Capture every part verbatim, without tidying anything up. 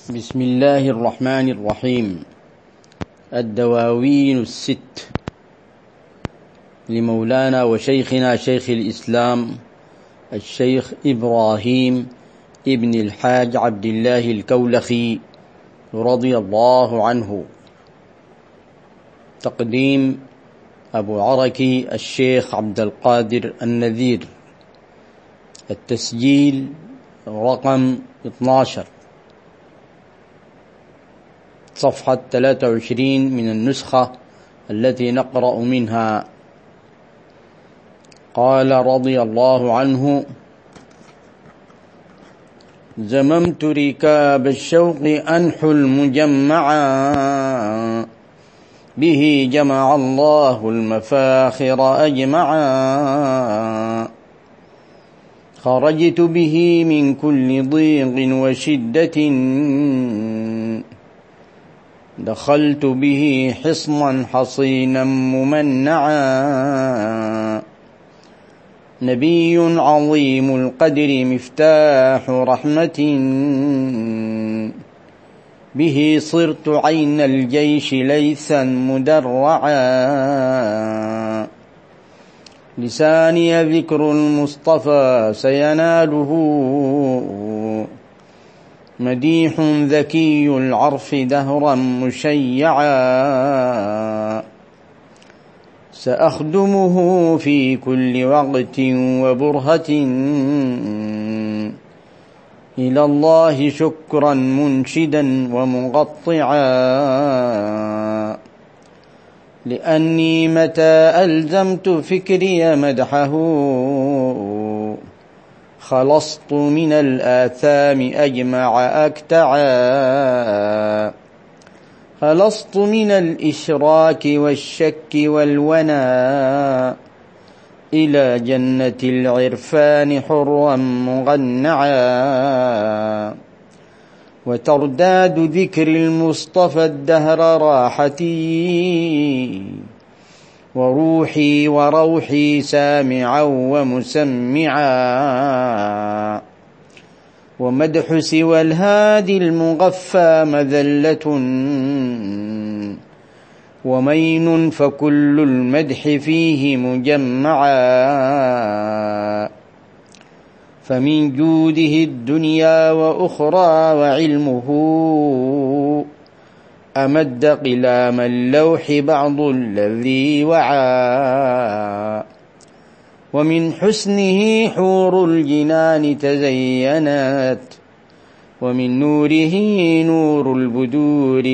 بسم الله الرحمن الرحيم. الدواوين الست لمولانا وشيخنا شيخ الإسلام الشيخ إبراهيم ابن الحاج عبد الله الكولخي رضي الله عنه. تقديم أبو عركي الشيخ عبد القادر النذير. التسجيل رقم اثنا عشر، صفحة ثلاثة وعشرين من النسخة التي نقرأ منها. قال رضي الله عنه: زممت ركاب الشوق أنحو المجمعا، به جمع الله المفاخر أجمعا، خرجت به من كل ضيق وشدة، دخلت به حصنا حصينا ممنعا، نبي عظيم القدر مفتاح رحمة، به صرت عين الجيش ليثا مدرعا، لساني ذكر المصطفى سيناله، مديح ذكي العرف دهرا مشيعا، سأخدمه في كل وقت وبرهة، إلى الله شكرا منشدا ومقطعا، لأني متى ألزمت فكري مدحه، خلصت من الآثام أجمع أكتعا، خلصت من الإشراك والشك والونا، إلى جنة العرفان حرا مغنعا، وترداد ذكر المصطفى الدهر راحتي، وروحي وروحي سامعا ومسمعا، ومدح سوى الهادي المغفى مذلة، ومين فكل المدح فيه مجمعا، فمن جوده الدنيا وأخرى وعلمه، أمد قلام اللوح بعض الذي وعى، ومن حسنه حور الجنان تزينت، ومن نوره نور البدور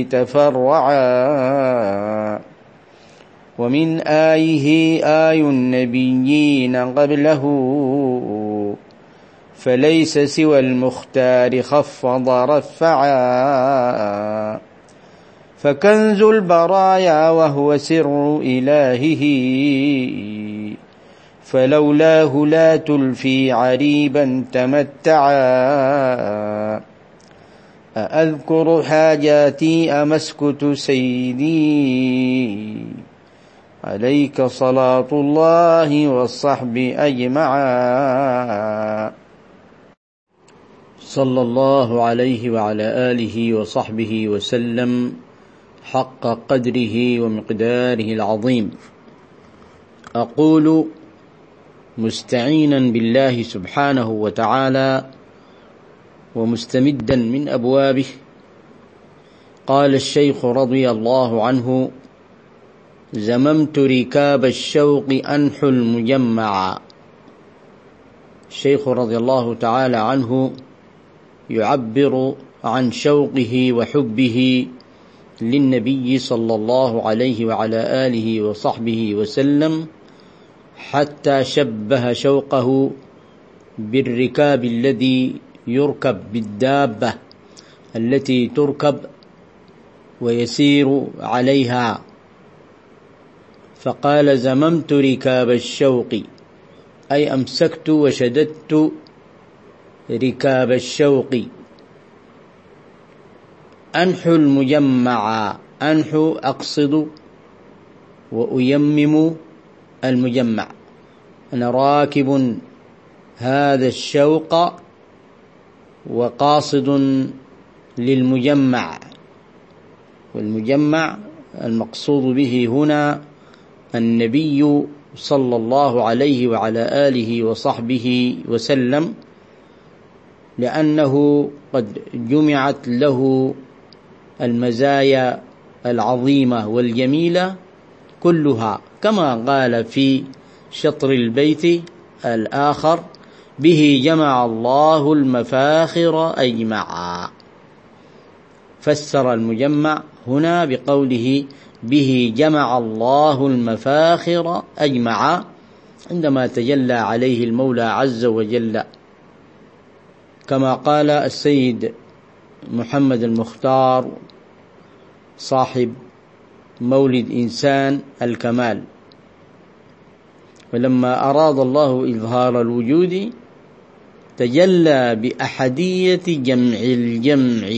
تفرعا، ومن آيه آي النبيين قبله، فليس سوى المختار خفض رفعا، فكنز البرايا وهو سر إلهه، فلولاه لا تلفي عريبا تمتعا، أأذكر حاجاتي أم أسكت سيدي، عليك صلاة الله والصحب أجمعا. صلى الله عليه وعلى آله وصحبه وسلم حق قدره ومقداره العظيم. أقول مستعينا بالله سبحانه وتعالى ومستمدا من أبوابه. قال الشيخ رضي الله عنه: زممت ركاب الشوق أنحو المجمعا. الشيخ رضي الله تعالى عنه يعبر عن شوقه وحبه للنبي صلى الله عليه وعلى آله وصحبه وسلم، حتى شبه شوقه بالركاب الذي يركب بالدابة التي تركب ويسير عليها، فقال: زممت ركاب الشوق، أي أمسكت وشددت ركاب الشوق. أنحو المجمع، أنحو أقصد وأيمم المجمع، أنا راكب هذا الشوق وقاصد للمجمع، والمجمع المقصود به هنا النبي صلى الله عليه وعلى آله وصحبه وسلم، لأنه قد جمعت له المزايا العظيمة والجميلة كلها، كما قال في شطر البيت الآخر: به جمع الله المفاخر أجمعا. فسر المجمع هنا بقوله: به جمع الله المفاخر أجمعا، عندما تجلى عليه المولى عز وجل، كما قال السيد محمد المختار صاحب مولد إنسان الكمال: ولما أراد الله إظهار الوجود تجلى بأحدية جمع الجمع،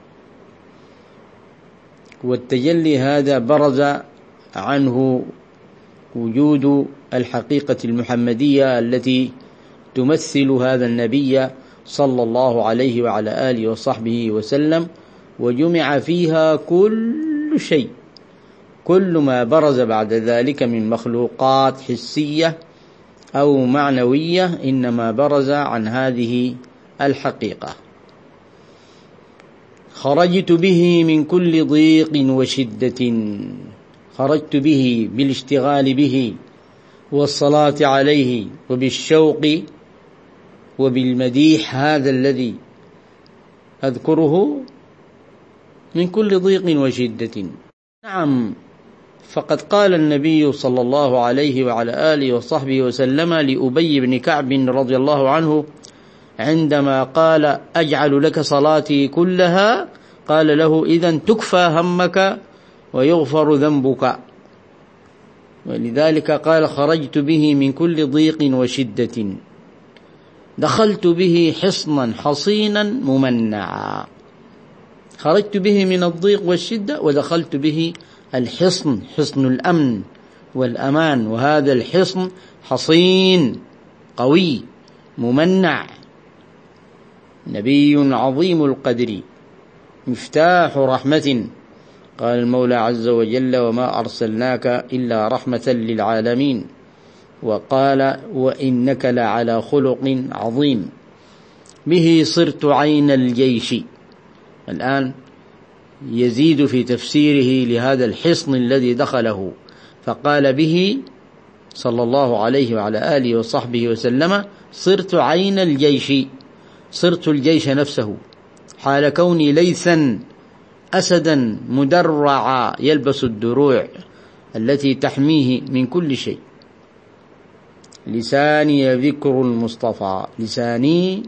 والتجلي هذا برز عنه وجود الحقيقة المحمدية التي تمثل هذا النبي صلى الله عليه وعلى آله وصحبه وسلم، وجمع فيها كل شيء، كل ما برز بعد ذلك من مخلوقات حسية أو معنوية إنما برز عن هذه الحقيقة. خرجت به من كل ضيق وشدة، خرجت به بالاشتغال به والصلاة عليه وبالشوق وبالمديح هذا الذي أذكره من كل ضيق وشدة. نعم، فقد قال النبي صلى الله عليه وعلى آله وصحبه وسلم لأبي بن كعب رضي الله عنه عندما قال: أجعل لك صلاتي كلها، قال له: إذن تكفى همك ويغفر ذنبك. ولذلك قال: خرجت به من كل ضيق وشدة، دخلت به حصنا حصينا ممنعا. خرجت به من الضيق والشدة ودخلت به الحصن، حصن الأمن والأمان، وهذا الحصن حصين قوي ممنع، نبي عظيم القدر مفتاح رحمة. قال المولى عز وجل: وما أرسلناك إلا رحمة للعالمين. وقال: وإنك لعلى خلق عظيم. به صرت عين الجيش. الآن يزيد في تفسيره لهذا الحصن الذي دخله، فقال: به صلى الله عليه وعلى آله وصحبه وسلم صرت عين الجيش، صرت الجيش نفسه، حال كوني ليثا أسدا مدرعا يلبس الدروع التي تحميه من كل شيء. لساني ذكر المصطفى، لساني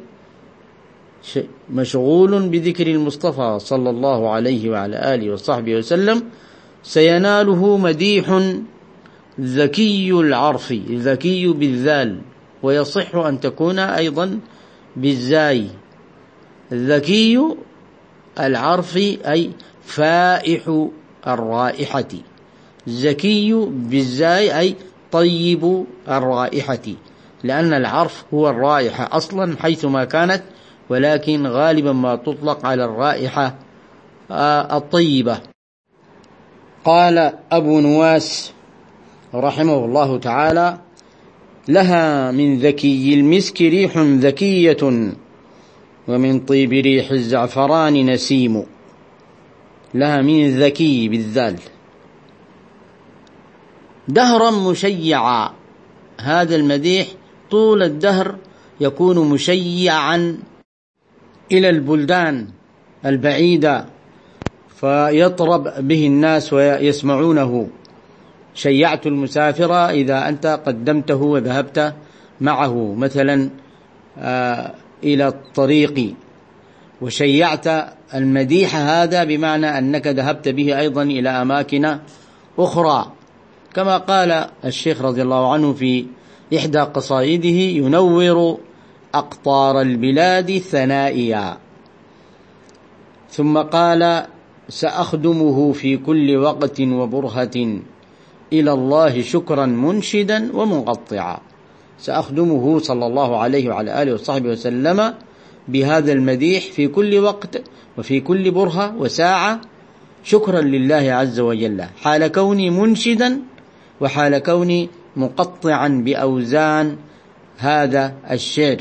مشغول بذكر المصطفى صلى الله عليه وعلى آله وصحبه وسلم، سيناله مديح ذكي العرف، ذكي بالذال، ويصح أن تكون أيضا بالزاي، ذكي العرف أي فائح الرائحة، زكي بالزاي أي طيب الرائحة، لأن العرف هو الرائحة أصلا حيثما كانت، ولكن غالبا ما تطلق على الرائحة الطيبة. قال أبو نواس رحمه الله تعالى: لها من ذكي المسك ريح ذكية، ومن طيب ريح الزعفران نسيم. لها من الذكي بالذال دهرا مشيعا، هذا المديح طول الدهر يكون مشيعا إلى البلدان البعيدة، فيطرب به الناس ويسمعونه. شيعت المسافر إذا أنت قدمته وذهبت معه مثلا إلى الطريق، وشيعت المديح هذا بمعنى أنك ذهبت به أيضا إلى أماكن أخرى، كما قال الشيخ رضي الله عنه في إحدى قصائده: ينور أقطار البلاد ثنائيا. ثم قال: سأخدمه في كل وقت وبرهة، إلى الله شكرا منشدا ومنقطعا. سأخدمه صلى الله عليه وعلى آله وصحبه وسلم بهذا المديح في كل وقت وفي كل برهة وساعة، شكرا لله عز وجل، حال كوني منشدا وحال كوني مقطعا بأوزان هذا الشعر.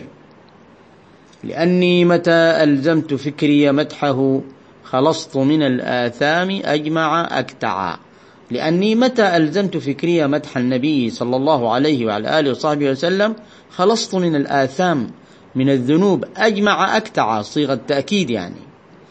لأني متى ألزمت فكري مدحه خلصت من الآثام أجمع أكتعا. لأني متى ألزمت فكري مدح النبي صلى الله عليه وعلى آله وصحبه وسلم خلصت من الآثام، من الذنوب، أجمع أكتعا صيغة تأكيد، يعني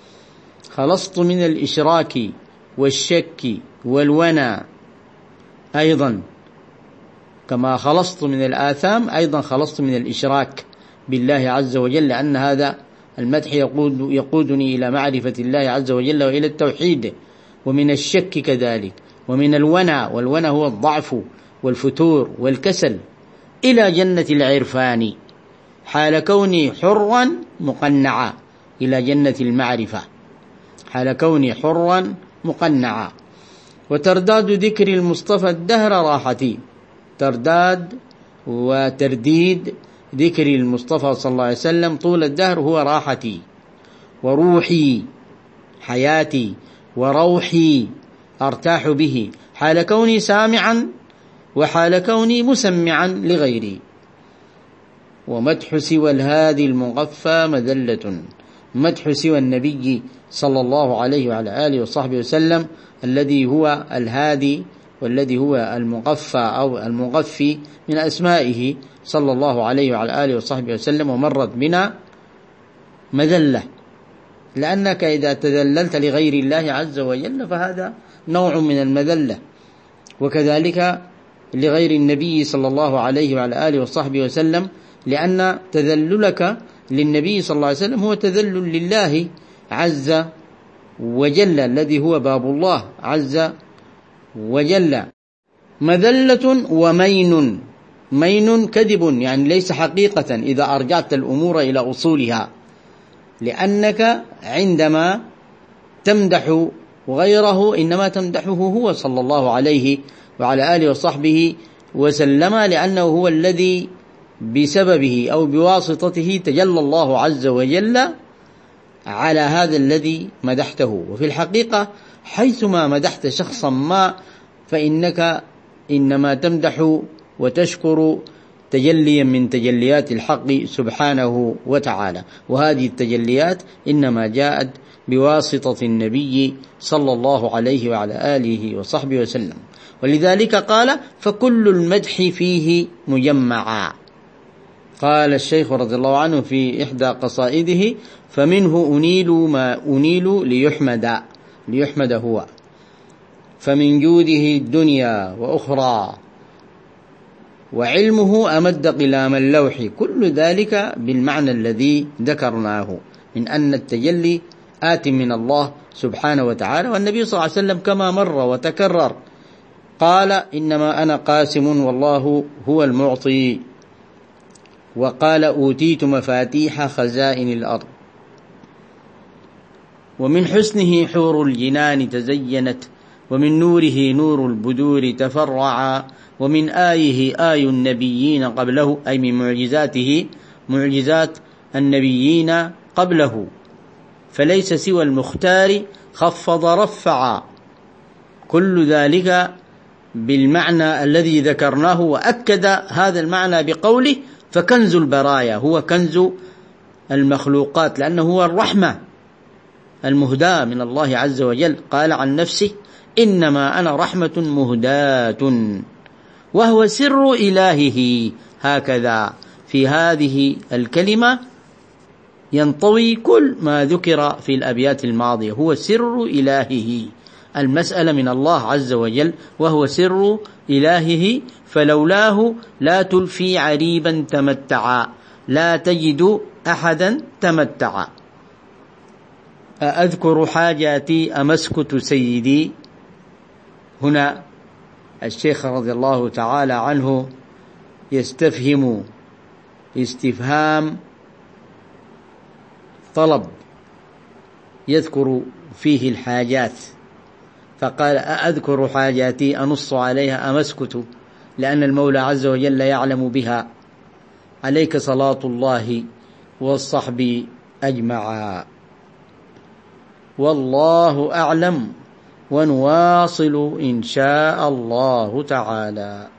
خلصت من الإشراك والشك والونى، أيضا كما خلصت من الآثام أيضا خلصت من الإشراك بالله عز وجل، لأن هذا المدح يقود يقودني إلى معرفة الله عز وجل وإلى التوحيد، ومن الشك كذلك، ومن الونى، والونى هو الضعف والفتور والكسل، إلى جنة العرفان حال كوني حرا مقنعا، إلى جنة المعرفة حال كوني حرا مقنعا. وترداد ذكر المصطفى الدهر راحتي، ترداد وترديد ذكر المصطفى صلى الله عليه وسلم طول الدهر هو راحتي وروحي، حياتي وروحي، أرتاح به حال كوني سامعا وحال كوني مسمعا لغيري. ومدح سوى الهادي المغفى مذلة، مدح سوى النبي صلى الله عليه وعلى آله وصحبه وسلم الذي هو الهادي والذي هو المغفى أو المغفي من أسمائه صلى الله عليه وعلى آله وصحبه وسلم، ومرت بنا مذلة، لأنك إذا تذللت لغير الله عز وجل فهذا نوع من المذلة، وكذلك لغير النبي صلى الله عليه وعلى آله وصحبه وسلم، لأن تذللك للنبي صلى الله عليه وسلم هو تذلل لله عز وجل الذي هو باب الله عز وجل. مذلة ومين، مين كذب، يعني ليس حقيقة إذا أرجعت الأمور إلى أصولها، لأنك عندما تمدح غيره إنما تمدحه هو صلى الله عليه وعلى آله وصحبه وسلم، لأنه هو الذي بسببه أو بواسطته تجلى الله عز وجل على هذا الذي مدحته. وفي الحقيقة حيثما مدحت شخصا ما فإنك إنما تمدح وتشكر تجليا من تجليات الحق سبحانه وتعالى، وهذه التجليات إنما جاءت بواسطة النبي صلى الله عليه وعلى آله وصحبه وسلم. ولذلك قال فكل المدح فيه مجمعا. قال الشيخ رضي الله عنه في إحدى قصائده فمنه أنيل ما أنيل ليحمد، ليحمد هو، فمن جوده الدنيا وأخرى، وعلمه أمد قلام اللوح، كل ذلك بالمعنى الذي ذكرناه من أن التجلي آت من الله سبحانه وتعالى. والنبي صلى الله عليه وسلم كما مر وتكرر قال إنما أنا قاسم والله هو المعطي، وقال أوتيت مفاتيح خزائن الأرض. ومن حسنه حور الجنان تزينت، ومن نوره نور البدور تفرعا، ومن آيه آي النبيين قبله، أي من معجزاته معجزات النبيين قبله، فليس سوى المختار خفض رفعا. كل ذلك بالمعنى الذي ذكرناه، وأكد هذا المعنى بقوله فكنز البرايا هو كنز المخلوقات، لأنه هو الرحمة المهداة من الله عز وجل. قال عن نفسه إنما أنا رحمة مهداة، وهو سر إلهه. هكذا في هذه الكلمة ينطوي كل ما ذكر في الأبيات الماضية، هو سر إلهه، المسألة من الله عز وجل، وهو سر إلهه، فلولاه لا تلفي عريبا تمتعا، لا تجد أحدا تمتعا. أذكر حاجاتي أمسكت سيدي. هنا الشيخ رضي الله تعالى عنه يستفهم استفهام طلب يذكر فيه الحاجات، فقال أذكر حاجاتي أنص عليها أمسكت، لأن المولى عز وجل يعلم بها. عليك صلاة الله والصحب أجمعا. والله أعلم، ونواصل إن شاء الله تعالى.